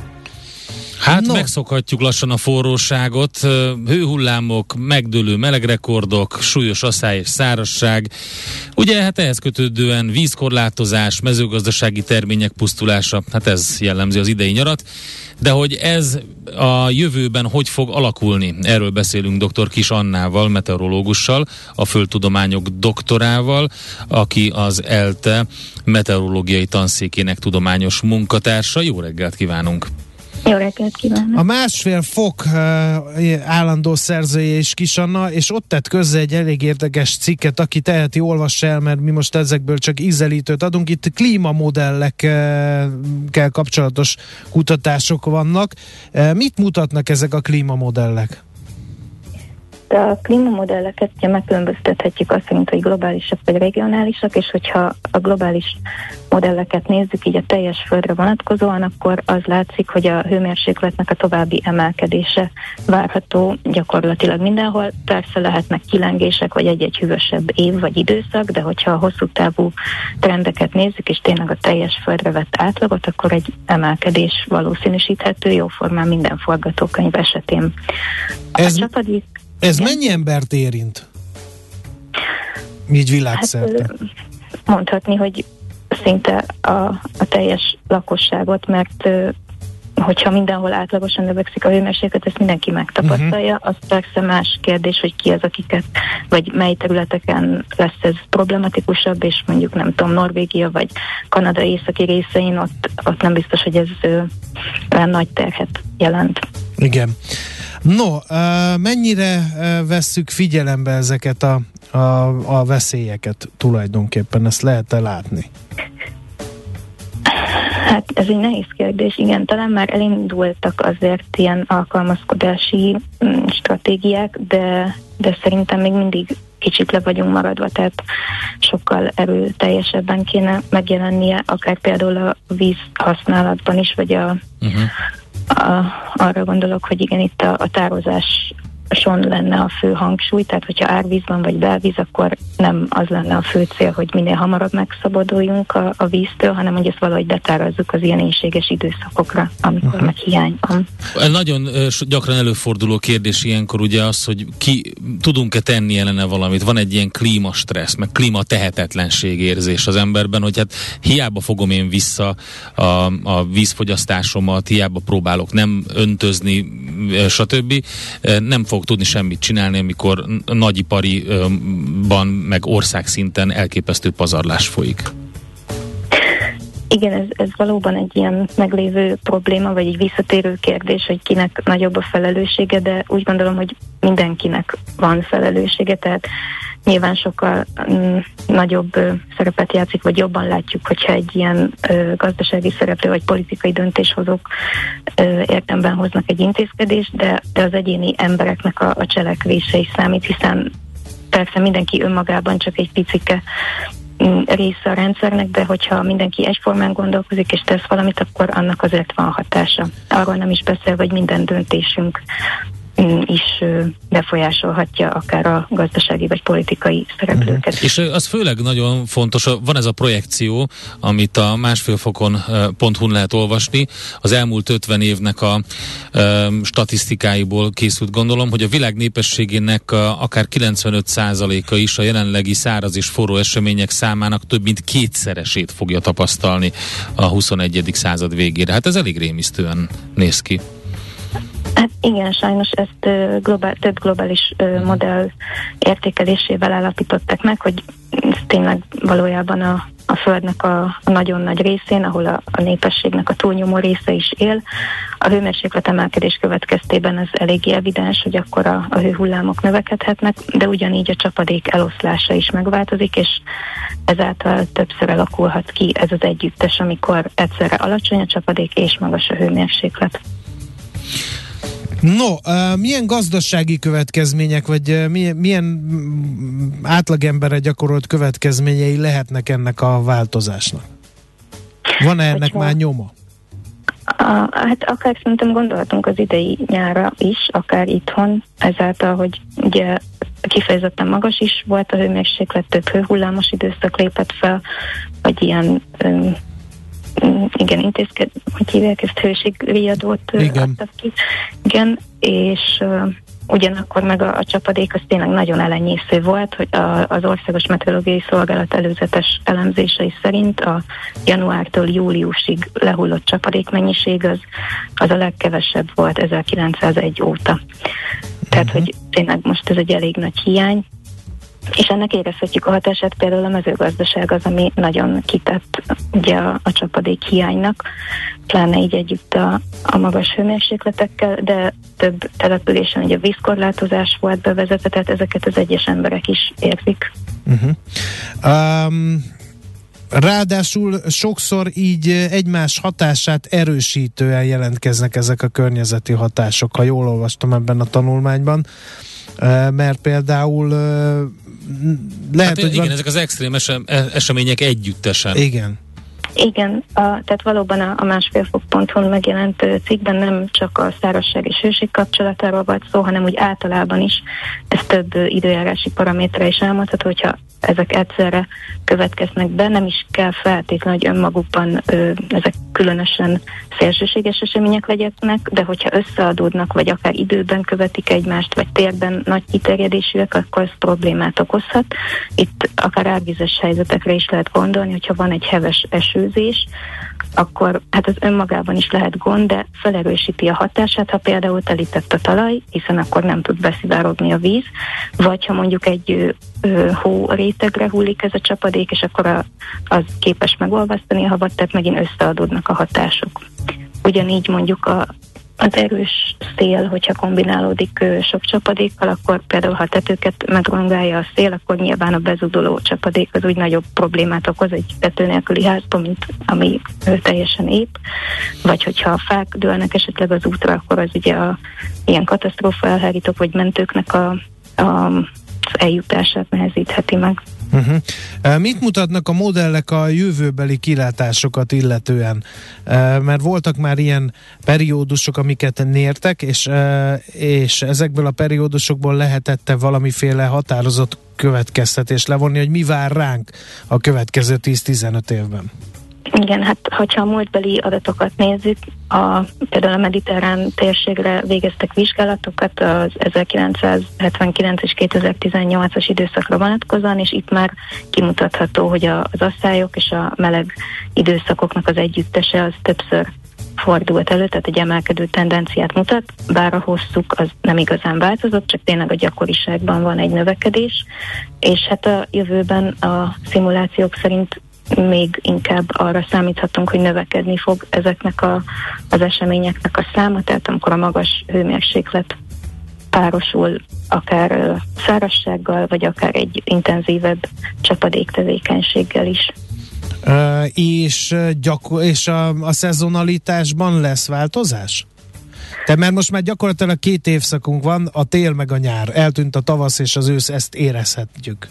Hát no. Megszokhatjuk lassan a forróságot, hőhullámok, megdőlő melegrekordok, súlyos asszály és szárazság. Ugye hát ehhez kötődően vízkorlátozás, mezőgazdasági termények pusztulása, hát ez jellemzi az idei nyarat. De hogy ez a jövőben hogy fog alakulni? Erről beszélünk dr. Kiss Annával, meteorológussal, a földtudományok doktorával, aki az ELTE meteorológiai tanszékének tudományos munkatársa. Jó reggelt kívánunk! Jó reggelt kívánok! A másfél fok uh, állandó szerzője is Kiss Anna, és ott tett közze egy elég érdekes cikket, aki teheti, olvassa el, mert mi most ezekből csak ízelítőt adunk. Itt klímamodellekkel kapcsolatos kutatások vannak. Uh, mit mutatnak ezek a klímamodellek? De a klímamodelleket ugye megkülönböztethetjük azt szerint, hogy globálisak vagy regionálisak, és hogyha a globális modelleket nézzük így a teljes földre vonatkozóan, akkor az látszik, hogy a hőmérsékletnek a további emelkedése várható gyakorlatilag mindenhol. Persze lehetnek kilengések, vagy egy-egy hűvösebb év vagy időszak, de hogyha a hosszú távú trendeket nézzük, és tényleg a teljes földre vett átlagot, akkor egy emelkedés valószínűsíthető jóformán minden forgatókönyv esetén. Ez, csapadék, ez mennyi embert érint? Így világszerte. Hát, mondhatni, hogy szinte a, a teljes lakosságot, mert hogyha mindenhol átlagosan növekszik a hőmérséklet, ezt mindenki megtapasztalja. Uh-huh. Az persze más kérdés, hogy ki az, akiket, vagy mely területeken lesz ez problematikusabb, és mondjuk nem tudom, Norvégia vagy Kanada északi részein, ott, ott nem biztos, hogy ez olyan nagy terhet jelent. Igen. No, mennyire vesszük figyelembe ezeket a, a, a veszélyeket tulajdonképpen? Ezt lehet-e látni? Hát ez egy nehéz kérdés, igen, talán már elindultak azért ilyen alkalmazkodási mm, stratégiák, de, de szerintem még mindig kicsit le vagyunk maradva, tehát sokkal erőteljesebben kéne megjelennie, akár például a víz használatban is, vagy a, uh-huh. a, arra gondolok, hogy igen, itt a, a tározás son lenne a fő hangsúly, tehát hogyha árvíz van vagy belvíz, akkor nem az lenne a fő cél, hogy minél hamarabb megszabaduljunk a, a víztől, hanem hogy ezt valahogy betárazzuk az ilyen éjséges időszakokra, amikor uh-huh. meg hiány van. Nagyon gyakran előforduló kérdés ilyenkor ugye az, hogy ki tudunk-e tenni ellene valamit. Van egy ilyen klímastressz, meg klímatehetetlenség érzés az emberben, hogy hát hiába fogom én vissza a, a vízfogyasztásomat, hiába próbálok nem öntözni, stb. Nem fog tudni semmit csinálni, amikor nagyipariban, meg országszinten elképesztő pazarlás folyik. Igen, ez, ez valóban egy ilyen meglévő probléma, vagy egy visszatérő kérdés, hogy kinek nagyobb a felelőssége, de úgy gondolom, hogy mindenkinek van felelőssége, tehát nyilván sokkal mm, nagyobb ö, szerepet játszik, vagy jobban látjuk, hogyha egy ilyen ö, gazdasági szereplő, vagy politikai döntéshozók ö, érdemben hoznak egy intézkedést, de, de az egyéni embereknek a, a cselekvése is számít, hiszen persze mindenki önmagában csak egy picike mm, része a rendszernek, de hogyha mindenki egyformán gondolkozik és tesz valamit, akkor annak azért van hatása. Arról nem is beszél, hogy minden döntésünk is befolyásolhatja akár a gazdasági vagy politikai szereplőket. Uh-huh. És az főleg nagyon fontos, van ez a projekció, amit a másfélfokon pont hu lehet olvasni, az elmúlt ötven évnek a um, statisztikáiból készült, gondolom, hogy a világ népességének a, akár kilencvenöt százaléka is a jelenlegi száraz és forró események számának több mint kétszeresét fogja tapasztalni a huszonegyedik század végére. Hát ez elég rémisztően néz ki. Hát igen, sajnos ezt uh, globál, több globális uh, modell értékelésével állapították meg, hogy ez tényleg valójában a, a Földnek a, a nagyon nagy részén, ahol a, a népességnek a túlnyomó része is él. A hőmérséklet emelkedés következtében ez eléggé evidens, hogy akkor a, a hőhullámok növekedhetnek, de ugyanígy a csapadék eloszlása is megváltozik, és ezáltal többször alakulhat ki ez az együttes, amikor egyszerre alacsony a csapadék és magas a hőmérséklet. No, uh, milyen gazdasági következmények, vagy uh, milyen, milyen átlagemberre gyakorolt következményei lehetnek ennek a változásnak? Van-e ennek Hogyha, már nyoma? A, hát akár szerintem gondolhatunk az idei nyárra is, akár itthon, ezáltal, hogy ugye kifejezetten magas is volt a hőmérséklet, több hőhullámos időszak lépett fel, vagy ilyen um, igen, intézked, hogy hívják ezt, hőségriadót adtak ki. Igen, és uh, ugyanakkor meg a, a csapadék az tényleg nagyon elenyésző volt, hogy a, az Országos Meteorológiai Szolgálat előzetes elemzései szerint a januártól júliusig lehullott csapadékmennyiség az, az a legkevesebb volt ezerkilencszázegy óta. Tehát, uh-huh. hogy tényleg most ez egy elég nagy hiány, és ennek érezhetjük a hatását, például a mezőgazdaság az, ami nagyon kitett ugye a, a csapadék hiánynak, pláne így együtt a, a magas hőmérsékletekkel, de több településen ugye vízkorlátozás volt bevezetve, tehát ezeket az egyes emberek is érzik. Uh-huh. Um, ráadásul sokszor így egymás hatását erősítően jelentkeznek ezek a környezeti hatások, ha jól olvastam ebben a tanulmányban. Mert például lehet, hát, hogy igen, van... ezek az extrém esem, események együttesen. Igen. Igen, a, tehát valóban a, a másfél fok pont hu megjelent cikkben nem csak a szárazság és hőség kapcsolatáról volt szó, hanem úgy általában is ez több időjárási paraméterre is elmondható, hogyha ezek egyszerre következnek be, nem is kell feltétlenül, hogy önmagukban ö, ezek különösen szélsőséges események legyenek, de hogyha összeadódnak, vagy akár időben követik egymást, vagy térben nagy kiterjedésűek, akkor ez problémát okozhat. Itt akár árvizes helyzetekre is lehet gondolni, hogyha van egy heves esőzés, akkor hát az önmagában is lehet gond, de felerősíti a hatását, ha például telített a talaj, hiszen akkor nem tud beszivárogni a víz, vagy ha mondjuk egy ö, hó rétegre hullik ez a csapadék, és akkor a, az képes megolvasztani a havat, tehát megint összeadódnak a hatások. Ugyanígy mondjuk a az erős szél, hogyha kombinálódik ö, sok csapadékkal, akkor például ha a tetőket megrongálja a szél, akkor nyilván a bezudoló csapadék az úgy nagyobb problémát okoz egy tető nélküli házban, mint ami ö, teljesen épp. Vagy hogyha a fák dőlnek esetleg az útra, akkor az ugye a ilyen katasztrófa elhárítók vagy mentőknek a, a eljutását nehezítheti meg. Uh-huh. Mit mutatnak a modellek a jövőbeli kilátásokat illetően? Mert voltak már ilyen periódusok, amiket mértek, és, és ezekből a periódusokból lehetett valamiféle határozott következtetés levonni, hogy mi vár ránk a következő tíz-tizenöt évben? Igen, hát hogyha a múltbeli adatokat nézzük, a, például a mediterrán térségre végeztek vizsgálatokat az ezerkilencszázhetvenkilenc és kétezer-tizennyolcas időszakra vonatkozóan, és itt már kimutatható, hogy a, az asszályok és a meleg időszakoknak az együttese az többször fordult elő, tehát egy emelkedő tendenciát mutat, bár a hosszuk az nem igazán változott, csak tényleg a gyakoriságban van egy növekedés, és hát a jövőben a szimulációk szerint még inkább arra számíthatunk, hogy növekedni fog ezeknek a, az eseményeknek a száma, tehát amikor a magas hőmérséklet párosul akár szárazsággal, vagy akár egy intenzívebb csapadéktevékenységgel is. Uh, és gyakor- és a, a szezonalitásban lesz változás? De mert most már gyakorlatilag két évszakunk van, a tél meg a nyár. Eltűnt a tavasz és az ősz, ezt érezhetjük.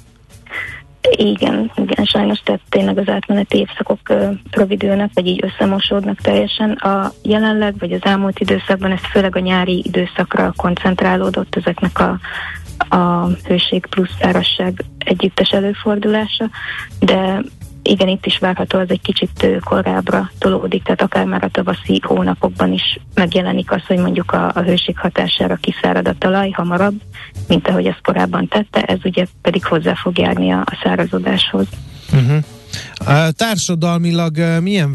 Igen, igen, sajnos tehát tényleg az átmeneti évszakok ö, rövidülnek, vagy így összemosódnak teljesen. A jelenleg, vagy az elmúlt időszakban ez főleg a nyári időszakra koncentrálódott ezeknek a, a hőség plusz szárazság együttes előfordulása, de igen, itt is várható, az egy kicsit korábbra tolódik, tehát akár már a tavaszi hónapokban is megjelenik az, hogy mondjuk a, a hőség hatására kiszárad a talaj hamarabb, mint ahogy ezt korábban tette, ez ugye pedig hozzá fog járni a, a szárazodáshoz. Uh-huh. A társadalmilag milyen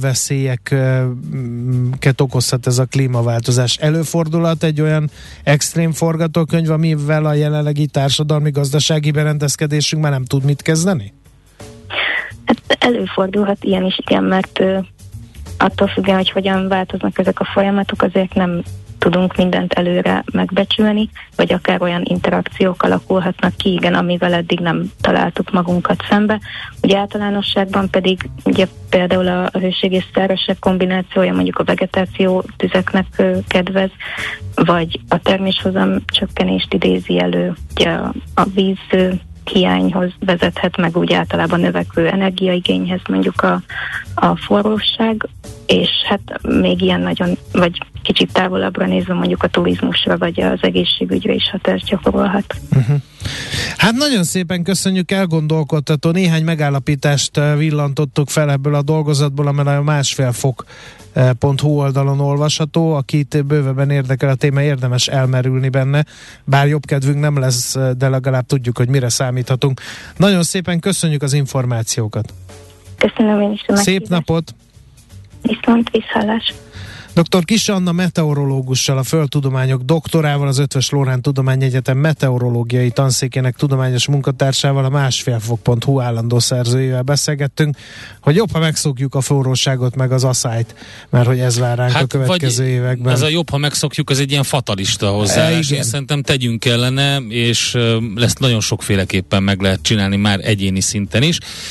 veszélyeket okozhat ez a klímaváltozás? Előfordulhat egy olyan extrém forgatókönyv, amivel a jelenlegi társadalmi-gazdasági berendezkedésünk már nem tud mit kezdeni? Hát előfordulhat ilyen is, igen, mert ö, attól függően, hogy hogyan változnak ezek a folyamatok, azért nem tudunk mindent előre megbecsülni, vagy akár olyan interakciók alakulhatnak ki, igen, amivel eddig nem találtuk magunkat szembe. Ugye általánosságban pedig ugye például a, a hőség és szárazság kombinációja mondjuk a vegetáció tüzeknek ö, kedvez, vagy a terméshozam csökkenést idézi elő, ugye a, a víz ö, hiányhoz vezethet, meg úgy általában növekvő energiaigényhez mondjuk a, a forróság, és hát még ilyen nagyon, vagy kicsit távolabbra nézve mondjuk a turizmusra, vagy az egészségügyre is hatást gyakorolhat. Uh-huh. Hát nagyon szépen köszönjük, elgondolkodtató. Néhány megállapítást villantottuk fel ebből a dolgozatból, amely a másfél fok pont hu oldalon olvasható. Akit bővebben érdekel a téma, érdemes elmerülni benne, bár jobb kedvünk nem lesz, de legalább tudjuk, hogy mire számíthatunk. Nagyon szépen köszönjük az információkat. Köszönöm én is. Szép napot! Viszont visszhallás. doktor Kiss Anna meteorológussal, a földtudományok doktorával, az Eötvös Loránd Tudományegyetem meteorológiai tanszékének tudományos munkatársával, a másfél fok pont hu állandó szerzőjével beszélgettünk, hogy jobb, ha megszokjuk a forróságot meg az asszályt, mert hogy ez vár ránk hát, a következő években. Ez a jobb, ha megszokjuk, ez egy ilyen fatalista hozzáállás. E, szerintem tegyünk ellene, és ezt nagyon sokféleképpen meg lehet csinálni már egyéni szinten is.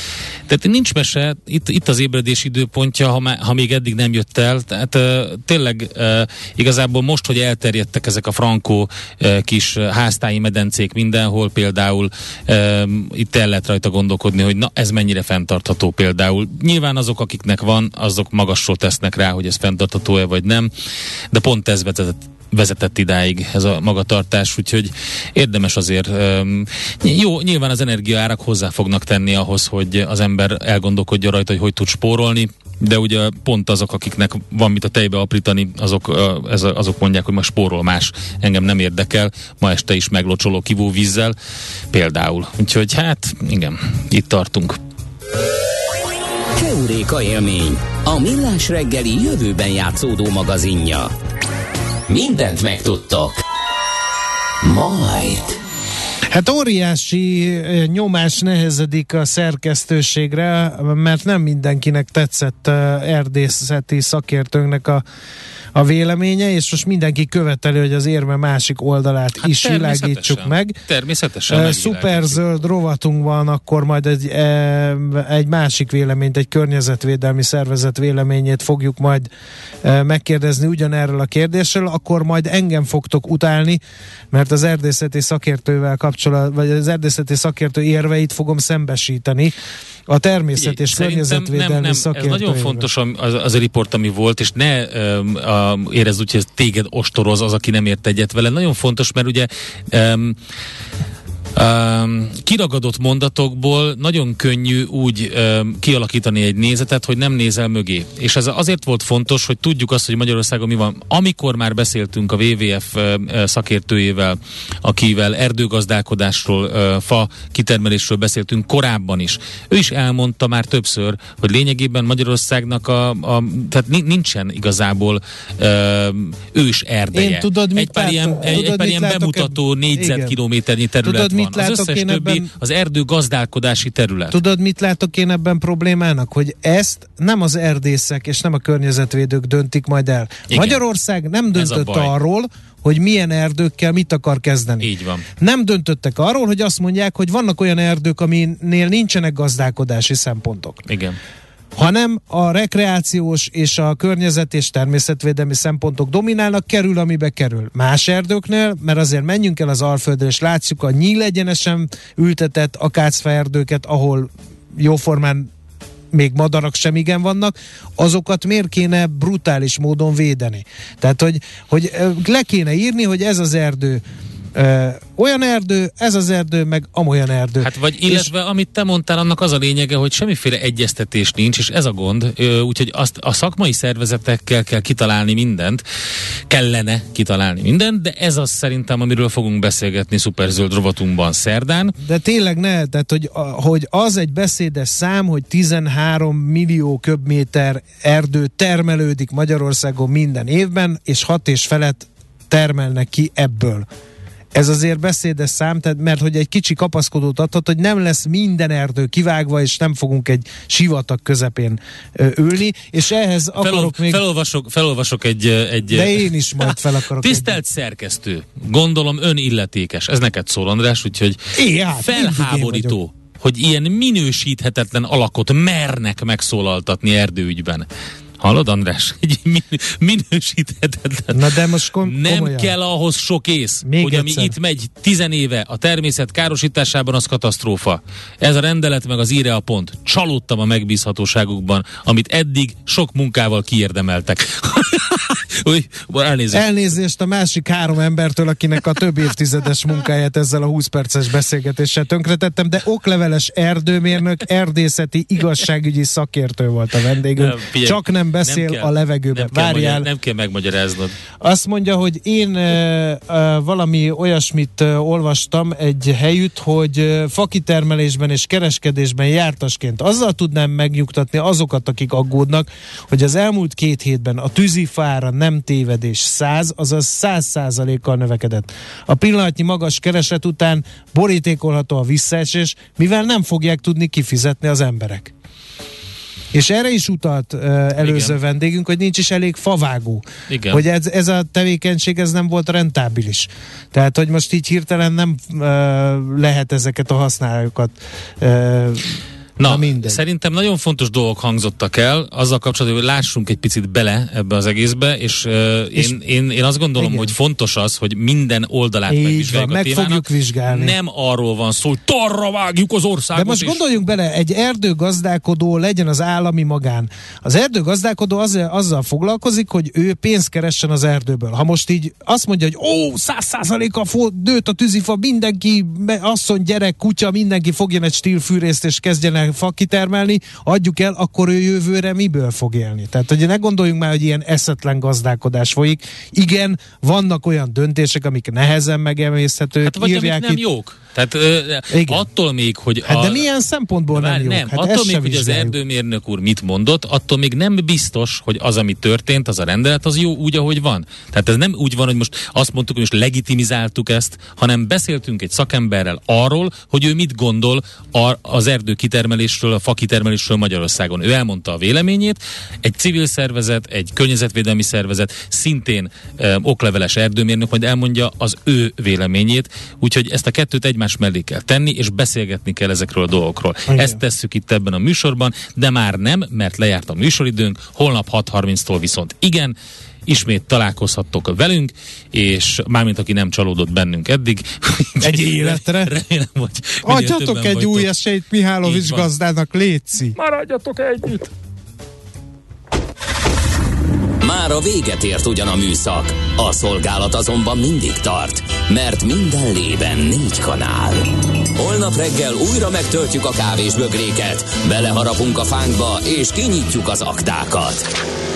Tehát nincs mese, itt, itt az ébredés időpontja, ha, má, ha még eddig nem jött el, tehát uh, tényleg uh, igazából most, hogy elterjedtek ezek a frankó uh, kis háztáji medencék mindenhol, például uh, itt el lehet rajta gondolkodni, hogy na ez mennyire fenntartható például. Nyilván azok, akiknek van, azok magasról tesznek rá, hogy ez fenntartható-e vagy nem, de pont ez vezetett vezetett idáig ez a magatartás, úgyhogy érdemes azért. Um, jó, nyilván az energiaárak hozzá fognak tenni ahhoz, hogy az ember elgondolkodja rajta, hogy hogy tud spórolni, de ugye pont azok, akiknek van mit a tejbe aprítani, azok, uh, ez a, azok mondják, hogy ma spórol más. Engem nem érdekel, ma este is meglocsoló kivóvízzel például. Úgyhogy hát, igen, itt tartunk. Heuréka élmény, a Millás reggeli jövőben játszódó magazinja. Mindent megtudtok. Majd. Hát óriási nyomás nehezedik a szerkesztőségre, mert nem mindenkinek tetszett erdészeti szakértőnknek a, a véleménye, és most mindenki követeli, hogy az érme másik oldalát hát is világítsuk meg. Természetesen. Uh, szuperzöld rovatunkban van, akkor majd egy, egy másik véleményt, egy környezetvédelmi szervezet véleményét fogjuk majd megkérdezni ugyanerről a kérdésről, akkor majd engem fogtok utálni, mert az erdészeti szakértővel kapcsolatban, vagy az erdészeti szakértő érveit fogom szembesíteni a természet és környezetvédelmi szakértőjével. Ez nagyon fontos az, az a riport, ami volt, és ne um, a, érezd úgy, hogy ez téged ostoroz az, aki nem ért egyet vele. Nagyon fontos, mert ugye um, Um, kiragadott mondatokból nagyon könnyű úgy um, kialakítani egy nézetet, hogy nem nézel mögé. És ez azért volt fontos, hogy tudjuk azt, hogy Magyarországon mi van. Amikor már beszéltünk a dupla vé vé ef uh, szakértőjével, akivel erdőgazdálkodásról, uh, fa kitermelésről beszéltünk korábban is, ő is elmondta már többször, hogy lényegében Magyarországnak a, a tehát nincsen igazából uh, ős erdeje. Én tudod, mit egy pár látok, ilyen, egy, tudod, egy pár ilyen bemutató négyzetkilométernyi terület tudod, van. Az összes többi ebben, az erdő gazdálkodási terület. Tudod, mit látok én ebben problémának? Hogy ezt nem az erdészek és nem a környezetvédők döntik majd el. Igen. Magyarország nem döntött arról, hogy milyen erdőkkel mit akar kezdeni. Így van. Nem döntöttek arról, hogy azt mondják, hogy vannak olyan erdők, aminél nincsenek gazdálkodási szempontok. Igen. Hanem a rekreációs és a környezet és természetvédelmi szempontok dominálnak, kerül, amibe kerül. Más erdőknél, mert azért menjünk el az Alföldre, és látjuk a nyílegyenesen ültetett akácfa erdőket, ahol jóformán még madarak sem igen vannak, azokat miért kéne brutális módon védeni? Tehát, hogy, hogy le kéne írni, hogy ez az erdő Ö, olyan erdő, ez az erdő, meg amolyan erdő. Hát vagy illetve, és amit te mondtál, annak az a lényege, hogy semmiféle egyeztetés nincs, és ez a gond, ö, úgyhogy azt a szakmai szervezetekkel kell kitalálni mindent, kellene kitalálni mindent, de ez az szerintem, amiről fogunk beszélgetni szuperzöld rovatunkban szerdán. De tényleg ne, tehát hogy, hogy az egy beszédes szám, hogy tizenhárom millió köbméter erdő termelődik Magyarországon minden évben, és hat és felett termelnek ki ebből. Ez azért beszédes szám, tehát, mert hogy egy kicsi kapaszkodót adhat, hogy nem lesz minden erdő kivágva, és nem fogunk egy sivatag közepén ö, ülni, és ehhez Felol, akarok még... Felolvasok, felolvasok egy, egy... De én is majd fel akarok. Tisztelt egy... szerkesztő, gondolom ön illetékes. Ez neked szól, András, úgyhogy é, hát, felháborító, hogy ilyen minősíthetetlen alakot mernek megszólaltatni erdőügyben. Hallod, András? Egy min- minősíthetetlen. Na de most kom- nem komolyan. kell ahhoz sok ész, Még hogy ami egyszer. itt megy tizenéve a természet károsításában, az katasztrófa. Ez a rendelet meg az íre a pont. Csalódtam a megbízhatóságukban, amit eddig sok munkával kiérdemeltek. Új, elnézést. Elnézést a másik három embertől, akinek a több évtizedes munkáját ezzel a húsz perces beszélgetéssel tönkretettem, de okleveles erdőmérnök, erdészeti igazságügyi szakértő volt a vendégünk. Nem, figyelj, csak nem beszél nem kell, a levegőben. Nem kell, Várjál. magyar, nem kell megmagyaráznod. Azt mondja, hogy én e, e, valami olyasmit e, olvastam egy helyütt, hogy e, fakitermelésben és kereskedésben jártasként azzal tudnám megnyugtatni azokat, akik aggódnak, hogy az elmúlt két hétben a tűzifára nem tévedés száz, azaz száz százalékkal növekedett. A pillanatnyi magas kereslet után borítékolható a visszaesés, mivel nem fogják tudni kifizetni az emberek. És erre is utalt uh, előző Igen. vendégünk, hogy nincs is elég favágó. Igen. Hogy ez, ez a tevékenység ez nem volt rentábilis. Tehát, hogy most így hirtelen nem uh, lehet ezeket a használókat uh, Na, Na szerintem nagyon fontos dolgok hangzottak el, azzal kapcsolatban, hogy lássunk egy picit bele ebbe az egészbe, és, uh, és én, én, én azt gondolom, igen. hogy fontos az, hogy minden oldalát így megvizsgáljuk van, a témának. Meg fogjuk vizsgálni. Nem arról van szó, hogy tarra vágjuk az országot. De most és... gondoljunk bele, egy erdőgazdálkodó legyen az állami magán. Az erdőgazdálkodó azzal, azzal foglalkozik, hogy ő pénzt keressen az erdőből. Ha most így azt mondja, hogy ó, száz százaléka nőtt a tűzifa, mindenki, asszony, gyerek, kutya, mindenki fogjon egy stílfűrészt és kezdjen el fa kitermelni, adjuk el, akkor ő jövőre miből fog élni? Tehát, hogy ne gondoljunk már, hogy ilyen eszetlen gazdálkodás folyik. Igen, vannak olyan döntések, amik nehezen megemészhetők. Hát vagy amik nem itt... jók. Tehát ö, attól még, hogy... Hát a... de milyen szempontból nem jók? Nem, hát attól még, hogy az erdőmérnök úr mit mondott, attól még nem biztos, hogy az, ami történt, az a rendelet, az jó úgy, ahogy van. Tehát ez nem úgy van, hogy most azt mondtuk, hogy most legitimizáltuk ezt, hanem beszéltünk egy szakemberrel arról, hogy ő mit gondol az erdő kitermelésről, a fa kitermelésről Magyarországon. Ő elmondta a véleményét, egy civil szervezet, egy környezetvédelmi szervezet, szintén ö, okleveles erdőmérnök, majd elmondja az ő véleményét, úgyhogy ezt a kettőt egymás mellé kell tenni, és beszélgetni kell ezekről a dolgokról. Igen. Ezt tesszük itt ebben a műsorban, de már nem, mert lejárt a műsoridőnk, holnap hat harminctól viszont igen, ismét találkozhattok velünk, és mármint aki nem csalódott bennünk eddig. Egy életre. Remélem, hogy adjatok egy vagytok. Új esélyt Mihálovics gazdának, létszi. Maradjatok együtt! Már a véget ért ugyan a műszak, a szolgálat azonban mindig tart, mert minden lében négy kanál. Holnap reggel újra megtöltjük a kávésbögréket, beleharapunk a fánkba és kinyitjuk az aktákat.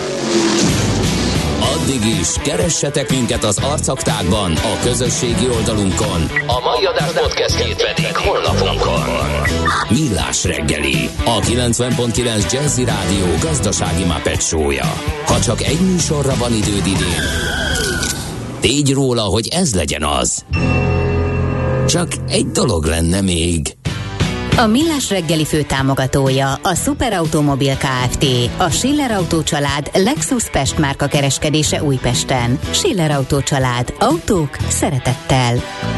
Addig is keressetek minket az arcaktákban, a közösségi oldalunkon. A mai adás podcastjét pedig honlapunkon. Millás reggeli, a kilencven pont kilenc Jazzy Rádió gazdasági Muppet show-ja. Ha csak egy műsorra van időd idén, tégy róla, hogy ez legyen az. Csak egy dolog lenne még. A Millás reggeli főtámogatója a Superautomobil Kft. A Schiller Autó család Lexus Pest márka kereskedése Újpesten. Schiller Autó család. Autók szeretettel.